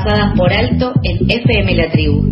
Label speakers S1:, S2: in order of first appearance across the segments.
S1: pasadas por alto en FM La Tribu.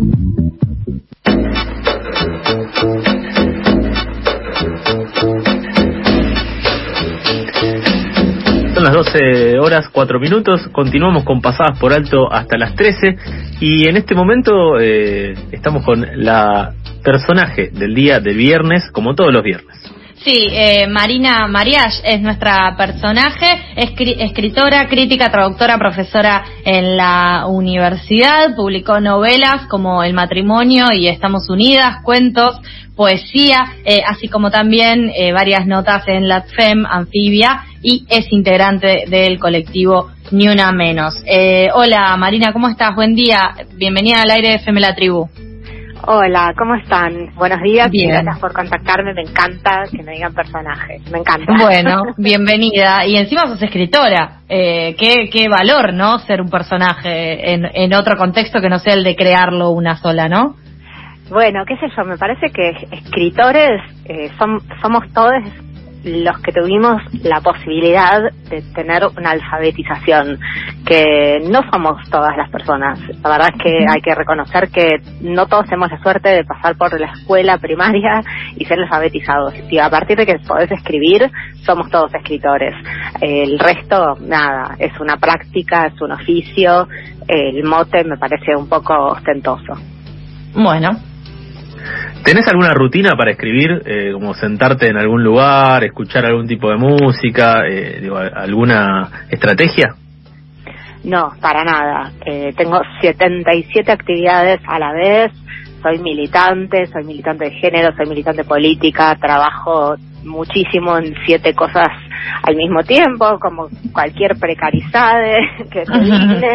S2: Son las 12:04. Continuamos con Pasadas por Alto hasta las 13. Y en este momento estamos con la personaje del día de viernes, como todos los viernes.
S3: Sí, Marina Mariach es nuestra personaje, escritora, crítica, traductora, profesora en la universidad, publicó novelas como El matrimonio y Estamos unidas, cuentos, poesía, así como también varias notas en LatFem, Anfibia, y es integrante del colectivo Ni Una Menos. Hola Marina, ¿cómo estás? Buen día, bienvenida al aire de FM La Tribu.
S4: Hola, ¿cómo están? Buenos días.
S3: Bien.
S4: Gracias por contactarme, me encanta que me digan personajes, me encanta.
S3: Bueno, bienvenida. Y encima sos escritora. Qué valor, ¿no? Ser un personaje en otro contexto que no sea el de crearlo una sola, ¿no?
S4: Bueno, qué sé yo, me parece que escritores somos todos los que tuvimos la posibilidad de tener una alfabetización, que no somos todas las personas. La verdad es que hay que reconocer que no todos tenemos la suerte de pasar por la escuela primaria y ser alfabetizados. Y a partir de que podés escribir, somos todos escritores. El resto, nada, es una práctica, es un oficio. El mote me parece un poco ostentoso.
S3: Bueno.
S2: ¿Tenés alguna rutina para escribir, como sentarte en algún lugar, escuchar algún tipo de música, alguna estrategia?
S4: No, para nada. Tengo 77 actividades a la vez. Soy militante de género, soy militante política, trabajo muchísimo en 7 cosas al mismo tiempo, como cualquier precarizade que te viene,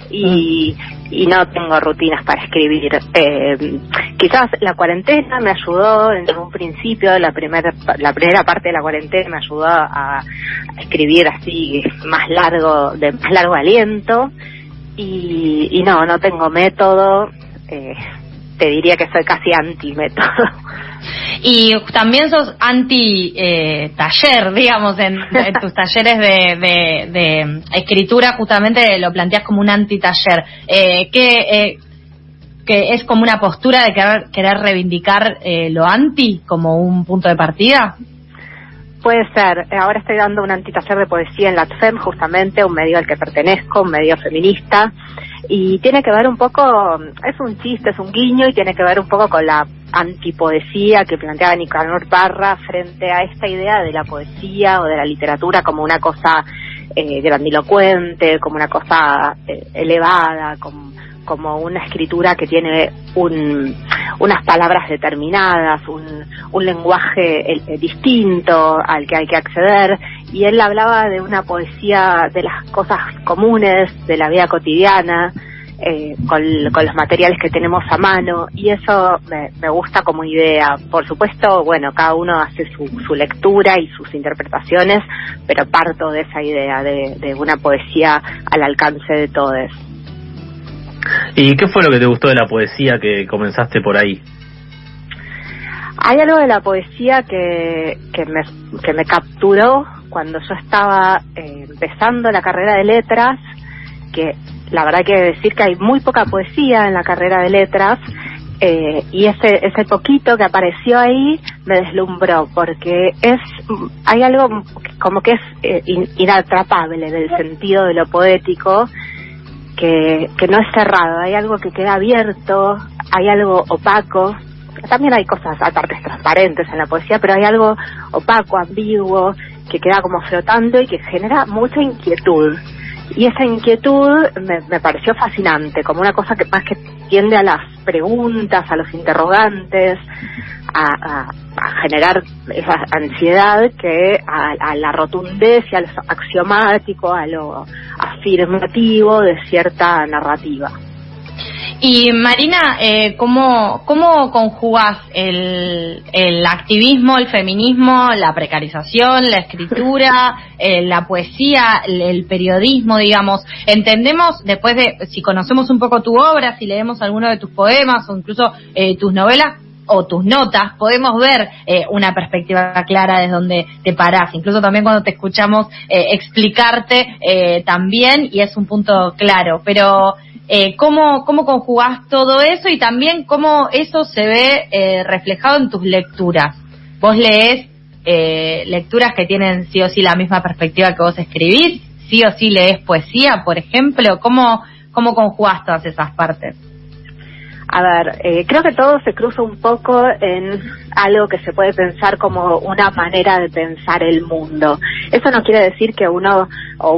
S4: y no tengo rutinas para escribir. Quizás la cuarentena me ayudó en un principio, la primera parte de la cuarentena me ayudó a escribir así de más largo aliento, y no tengo método. Te diría que soy casi anti-método.
S3: Y también sos anti-taller, digamos, en tus talleres de escritura, justamente lo planteas como un anti-taller. Que es como una postura de querer reivindicar lo anti como un punto de partida.
S4: Puede ser. Ahora estoy dando un antitaller de poesía en LatFem, justamente, un medio al que pertenezco, un medio feminista, y tiene que ver un poco, es un chiste, es un guiño, y tiene que ver un poco con la antipoesía que planteaba Nicanor Parra frente a esta idea de la poesía o de la literatura como una cosa grandilocuente, como una cosa elevada, como una escritura que tiene unas palabras determinadas, un lenguaje distinto al que hay que acceder, y él hablaba de una poesía de las cosas comunes, de la vida cotidiana, con los materiales que tenemos a mano, y eso me gusta como idea. Por supuesto, bueno, cada uno hace su lectura y sus interpretaciones, pero parto de esa idea de una poesía al alcance de todos.
S2: ¿Y qué fue lo que te gustó de la poesía que comenzaste por ahí?
S4: Hay algo de la poesía que me capturó cuando yo estaba empezando la carrera de letras, que la verdad hay que decir que hay muy poca poesía en la carrera de letras, y ese poquito que apareció ahí me deslumbró, porque hay algo como que es inatrapable del sentido de lo poético, que no es cerrado, hay algo que queda abierto, hay algo opaco. También hay cosas, aparte transparentes en la poesía, pero hay algo opaco, ambiguo, que queda como flotando y que genera mucha inquietud. Y esa inquietud me pareció fascinante, como una cosa que más que tiende a las preguntas, a los interrogantes, a generar esa ansiedad que a la rotundez y a lo axiomático, a lo afirmativo de cierta narrativa.
S3: Y Marina, ¿cómo conjugás el activismo, el feminismo, la precarización, la escritura, la poesía, el periodismo, digamos? Entendemos, después de, si conocemos un poco tu obra, si leemos alguno de tus poemas o incluso tus novelas o tus notas, podemos ver una perspectiva clara desde donde te parás, incluso también cuando te escuchamos explicarte también, y es un punto claro, pero ¿cómo conjugás todo eso y también cómo eso se ve reflejado en tus lecturas? ¿Vos lees lecturas que tienen sí o sí la misma perspectiva que vos escribís? ¿Sí o sí lees poesía, por ejemplo? ¿Cómo conjugás todas esas partes?
S4: A ver, creo que todo se cruza un poco en algo que se puede pensar como una manera de pensar el mundo. Eso no quiere decir que uno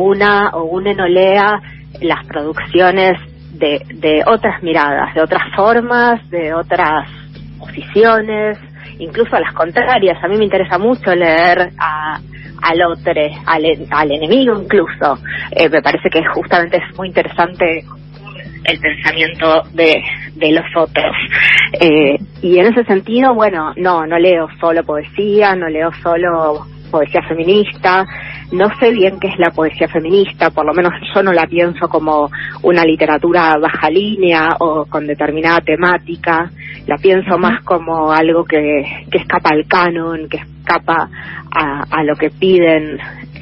S4: no lea las producciones de otras miradas, de otras formas, de otras posiciones, incluso a las contrarias. A mí me interesa mucho leer al otro, al enemigo incluso. Me parece que justamente es muy interesante el pensamiento de los otros. Y en ese sentido, bueno, no leo solo poesía, no leo solo poesía feminista, no sé bien qué es la poesía feminista, por lo menos yo no la pienso como una literatura baja línea o con determinada temática, la pienso más como algo que escapa al canon, que escapa a lo que piden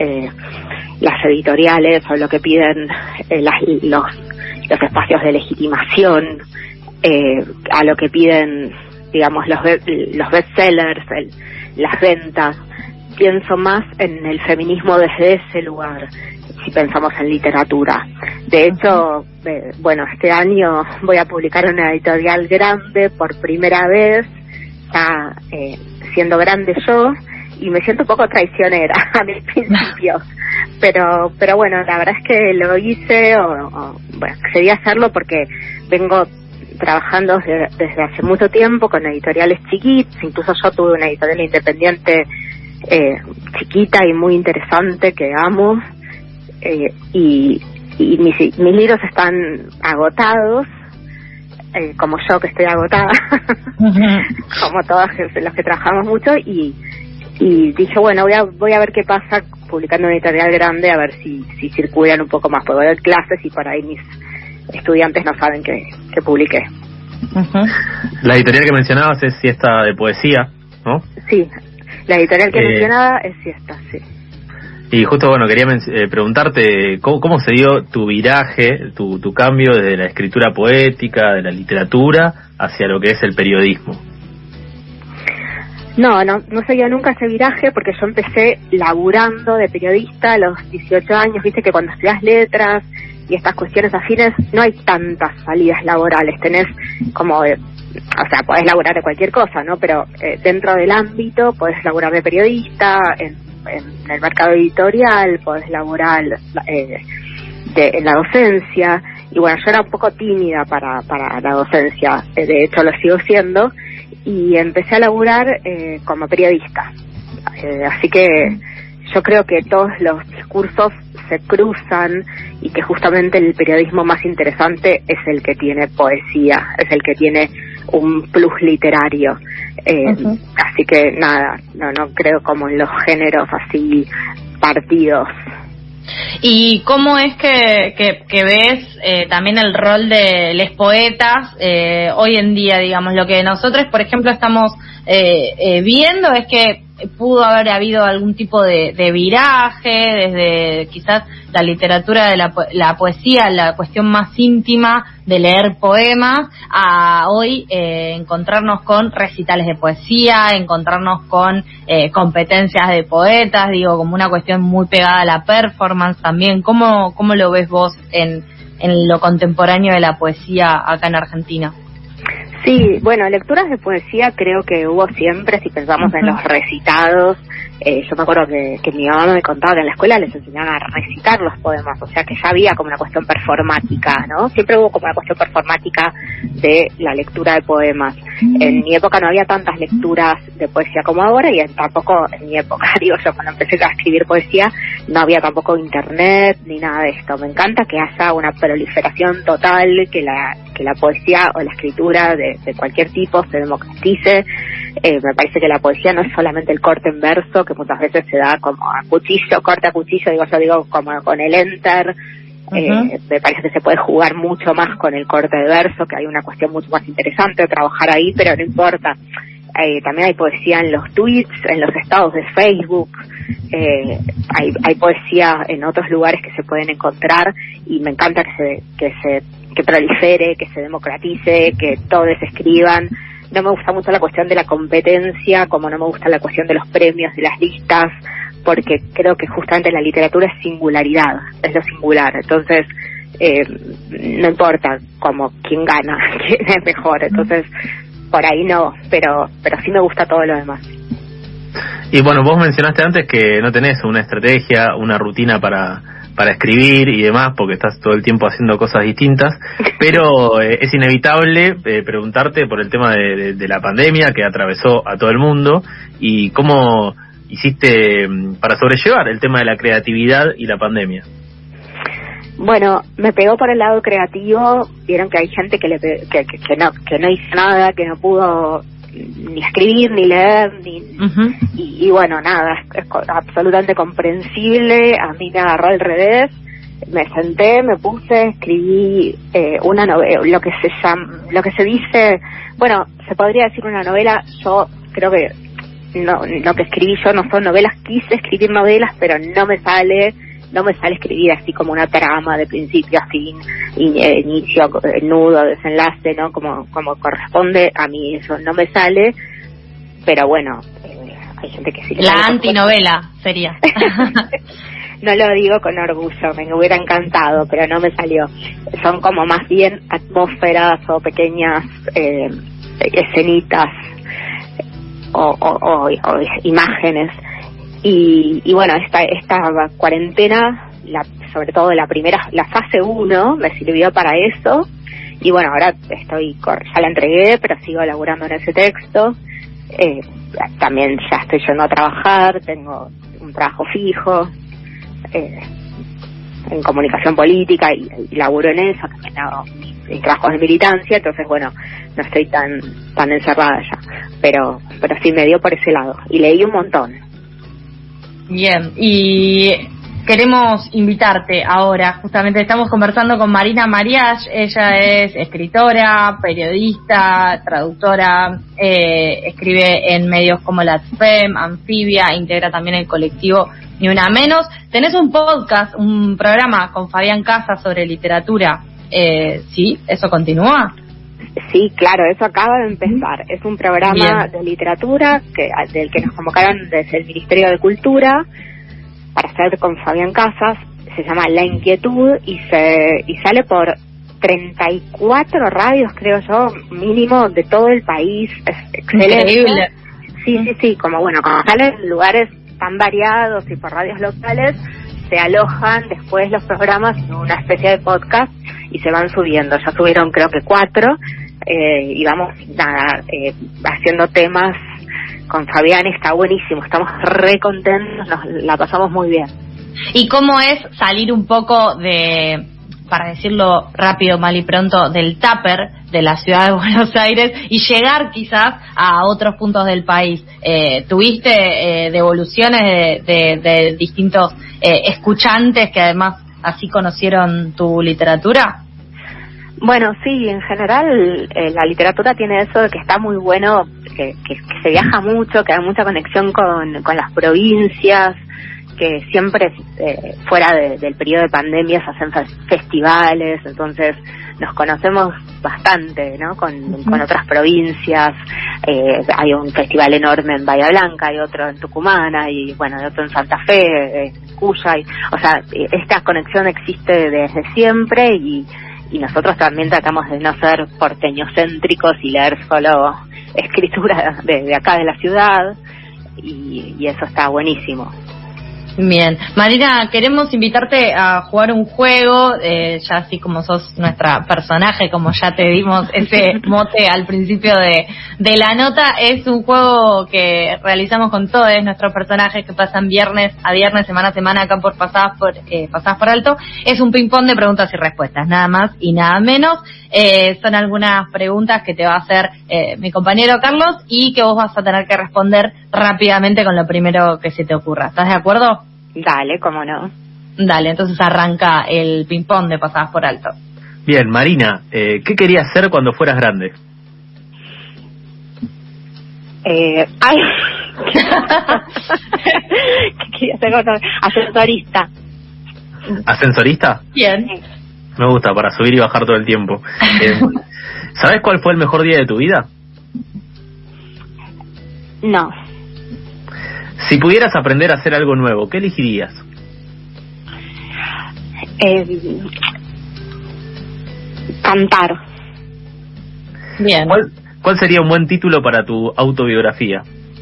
S4: las editoriales o lo que piden los espacios de legitimación, a lo que piden, digamos, los bestsellers, las ventas. Pienso más en el feminismo desde ese lugar, si pensamos en literatura. De hecho, bueno, este año voy a publicar una editorial grande por primera vez, ya siendo grande yo, y me siento un poco traicionera a mis principios. Pero bueno, la verdad es que lo hice, bueno, accedí a hacerlo porque vengo trabajando desde hace mucho tiempo con editoriales chiquitas. Incluso yo tuve una editorial independiente chiquita y muy interesante que amo, y mis libros están agotados, como yo que estoy agotada, como todos los que trabajamos mucho, y dije, bueno, voy a ver qué pasa publicando una editorial grande, a ver si circulan un poco más. Puedo dar clases y por ahí mis estudiantes no saben que publiqué.
S2: La editorial que mencionabas es Siesta de Poesía, ¿no?
S4: Sí, la editorial que mencionaba es Siesta, sí.
S2: Y justo, bueno, quería preguntarte cómo se dio tu viraje, tu cambio desde la escritura poética, de la literatura, hacia lo que es el periodismo.
S4: No se dio nunca ese viraje porque yo empecé laburando de periodista a los 18 años. Viste que cuando estudias letras y estas cuestiones afines no hay tantas salidas laborales. Tenés como, o sea, podés laburar de cualquier cosa, ¿no? Pero dentro del ámbito podés laburar de periodista, en el mercado editorial, podés laburar en la docencia. Y bueno, yo era un poco tímida para la docencia, de hecho lo sigo siendo, y empecé a laburar como periodista. Así que yo creo que todos los discursos se cruzan y que justamente el periodismo más interesante es el que tiene poesía, es el que tiene un plus literario. Así que nada, no creo como en los géneros así partidos.
S3: ¿Y cómo es que ves también el rol de los poetas hoy en día, digamos? Lo que nosotros, por ejemplo, estamos viendo es que pudo haber habido algún tipo de viraje desde quizás la literatura de la poesía, la cuestión más íntima de leer poemas, a hoy encontrarnos con recitales de poesía, encontrarnos con competencias de poetas, digo, como una cuestión muy pegada a la performance también. ¿Cómo lo ves vos en lo contemporáneo de la poesía acá en Argentina?
S4: Sí, bueno, lecturas de poesía creo que hubo siempre, si pensamos en los recitados. Yo me acuerdo que mi mamá me contaba que en la escuela les enseñaban a recitar los poemas, o sea que ya había como una cuestión performática, ¿no? Siempre hubo como una cuestión performática de la lectura de poemas. En mi época no había tantas lecturas de poesía como ahora, y tampoco en mi época, digo yo, cuando empecé a escribir poesía, no había tampoco internet ni nada de esto. Me encanta que haya una proliferación total, que la poesía o la escritura de cualquier tipo se democratice. Me parece que la poesía no es solamente el corte en verso, que muchas veces se da como a cuchillo, corte a cuchillo, digo como con el enter. Me parece que se puede jugar mucho más con el corte de verso, que hay una cuestión mucho más interesante de trabajar ahí, pero no importa. También hay poesía en los tweets, en los estados de Facebook, hay poesía en otros lugares que se pueden encontrar, y me encanta que prolifere, que se democratice, que todos escriban. No me gusta mucho la cuestión de la competencia, como no me gusta la cuestión de los premios, de las listas, porque creo que justamente la literatura es singularidad, es lo singular. Entonces, no importa como quién gana, quién es mejor. Entonces, por ahí no, pero sí me gusta todo lo demás.
S2: Y bueno, vos mencionaste antes que no tenés una estrategia, una rutina para escribir y demás, porque estás todo el tiempo haciendo cosas distintas, pero es inevitable preguntarte por el tema de la pandemia que atravesó a todo el mundo y cómo hiciste para sobrellevar el tema de la creatividad y la pandemia.
S4: Bueno, me pegó por el lado creativo. Vieron que hay gente que no hizo nada, que no pudo ni escribir, ni leer, y bueno, nada, es absolutamente comprensible. A mí me agarró al revés. Me senté, me puse, escribí una novela, lo que se dice, bueno, se podría decir una novela. Yo creo que no, lo que escribí yo no son novelas. Quise escribir novelas, pero no me sale escribir así como una trama de principio a fin, inicio, nudo, desenlace, ¿no? Como corresponde. A mí eso no me sale, pero bueno, hay gente que sí.
S3: La antinovela sería.
S4: No lo digo con orgullo, me hubiera encantado, pero no me salió. Son como más bien atmósferas o pequeñas escenitas o imágenes. Y bueno, esta cuarentena, sobre todo la fase 1, me sirvió para eso. Y bueno, ahora ya la entregué, pero sigo laburando en ese texto. También ya estoy yendo a trabajar, tengo un trabajo fijo en comunicación política y laburo en eso, también hago mis trabajos de militancia. Entonces bueno, no estoy tan encerrada ya, pero sí me dio por ese lado y leí un montón.
S3: Bien, y queremos invitarte ahora, justamente estamos conversando con Marina Mariach. Ella es escritora, periodista, traductora, escribe en medios como la FEM, Anfibia, integra también el colectivo Ni Una Menos. Tenés un podcast, un programa con Fabián Casas sobre literatura, ¿sí? ¿Eso continúa?
S4: Sí, claro, eso acaba de empezar. Es un programa de literatura del que nos convocaron desde el Ministerio de Cultura para hacer con Fabián Casas. Se llama La Inquietud y sale por 34 radios, creo yo, mínimo, de todo el país. Es excelente.
S3: Increíble.
S4: Sí, como salen en lugares tan variados y por radios locales, se alojan después los programas en una especie de podcast y se van subiendo. Ya subieron creo que 4 y vamos haciendo temas con Fabián. Está buenísimo, estamos re contentos, la pasamos muy bien.
S3: ¿Y cómo es salir un poco de, para decirlo rápido, mal y pronto, del tupper de la ciudad de Buenos Aires y llegar quizás a otros puntos del país? ¿Tuviste devoluciones de distintos escuchantes que además así conocieron tu literatura?
S4: Bueno, sí, en general la literatura tiene eso de que está muy bueno, que se viaja mucho, que hay mucha conexión con las provincias, que siempre fuera del periodo de pandemia se hacen festivales, entonces nos conocemos bastante, ¿no? Con otras provincias. Hay un festival enorme en Bahía Blanca, hay otro en Tucumán, hay otro en Santa Fe, en Cuya, o sea, esta conexión existe desde siempre y nosotros también tratamos de no ser porteñocéntricos y leer solo escritura de acá de la ciudad y eso está buenísimo.
S3: Bien, Marina, queremos invitarte a jugar un juego, ya así como sos nuestra personaje, como ya te dimos ese mote al principio de la nota. Es un juego que realizamos con todos nuestros personajes que pasan viernes a viernes, semana a semana, acá por Pasadas por Alto. Es un ping-pong de preguntas y respuestas, nada más y nada menos. Son algunas preguntas que te va a hacer mi compañero Carlos y que vos vas a tener que responder rápidamente con lo primero que se te ocurra. ¿Estás de acuerdo?
S4: Dale, cómo no.
S3: Dale, entonces arranca el ping-pong de Pasadas por Alto.
S2: Bien, Marina, ¿qué querías ser cuando fueras grande?
S4: ¿Qué quería ser? Ascensorista.
S2: ¿Ascensorista?
S3: Bien.
S2: Me gusta, para subir y bajar todo el tiempo. ¿Sabes cuál fue el mejor día de tu vida?
S4: No.
S2: Si pudieras aprender a hacer algo nuevo, ¿qué elegirías?
S4: Cantar.
S3: Bien.
S2: ¿Cuál sería un buen título para tu autobiografía?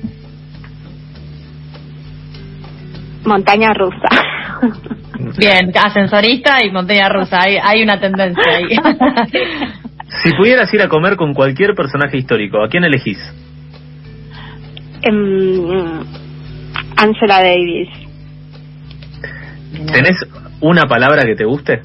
S4: Montaña rusa.
S3: Bien, ascensorista y montaña rusa, hay una tendencia ahí.
S2: Si pudieras ir a comer con cualquier personaje histórico, ¿a quién elegís?
S4: Angela Davis.
S2: ¿Tenés una palabra que te guste?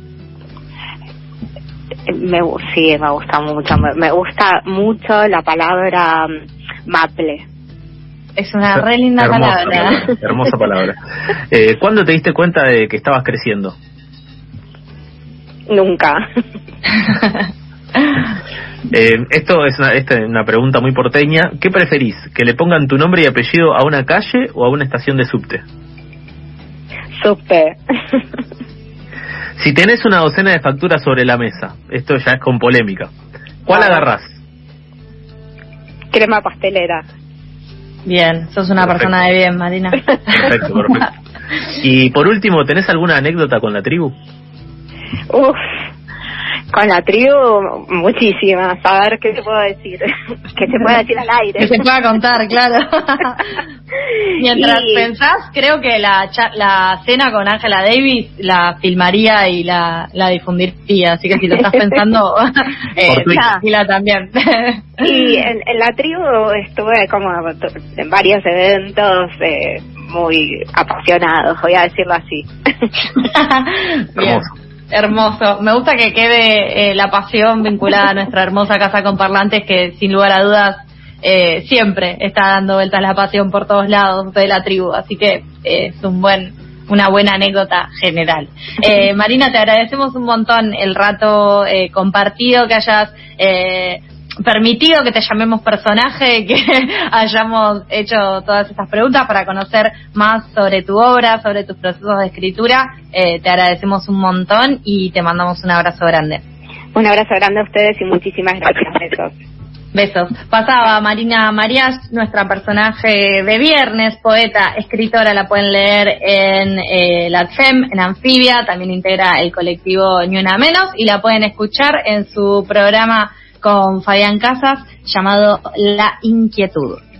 S4: Sí, me gusta mucho. Me gusta mucho la palabra maple.
S3: Es una re linda palabra.
S2: Hermosa palabra. ¿Cuándo te diste cuenta de que estabas creciendo?
S4: Nunca.
S2: Esta es una pregunta muy porteña. ¿Qué preferís? ¿Que le pongan tu nombre y apellido a una calle o a una estación de subte?
S4: Subte.
S2: Si tenés una docena de facturas sobre la mesa, esto ya es con polémica, ¿cuál agarrás?
S4: Crema pastelera.
S3: Bien, sos una persona de bien, Marina.
S2: Perfecto. Y por último, ¿tenés alguna anécdota con la tribu?
S4: Con la tribu, muchísimas. A ver, ¿qué te puedo decir? ¿Qué se puede decir al aire?
S3: Que se pueda contar, claro. Mientras pensás, creo que la cena con Angela Davis la filmaría y la difundiría, así que si lo estás pensando, tranquila también.
S4: Y en la tribu estuve como en varios eventos muy apasionados, voy a decirlo así.
S2: Hermoso.
S3: Hermoso. Me gusta que quede la pasión vinculada a nuestra hermosa casa con parlantes, que sin lugar a dudas siempre está dando vueltas la pasión por todos lados de la tribu, así que es una buena anécdota general. Marina, te agradecemos un montón el rato compartido, que hayas permitido que te llamemos personaje, que hayamos hecho todas estas preguntas para conocer más sobre tu obra, sobre tus procesos de escritura. Te agradecemos un montón y te mandamos un abrazo grande.
S4: Un abrazo grande a ustedes y muchísimas gracias. Besos.
S3: Besos. Pasaba Marina Mariach, nuestra personaje de viernes, poeta, escritora, la pueden leer en la ADFEM, en Anfibia, también integra el colectivo Ni Una Menos, y la pueden escuchar en su programa con Fabián Casas llamado La Inquietud.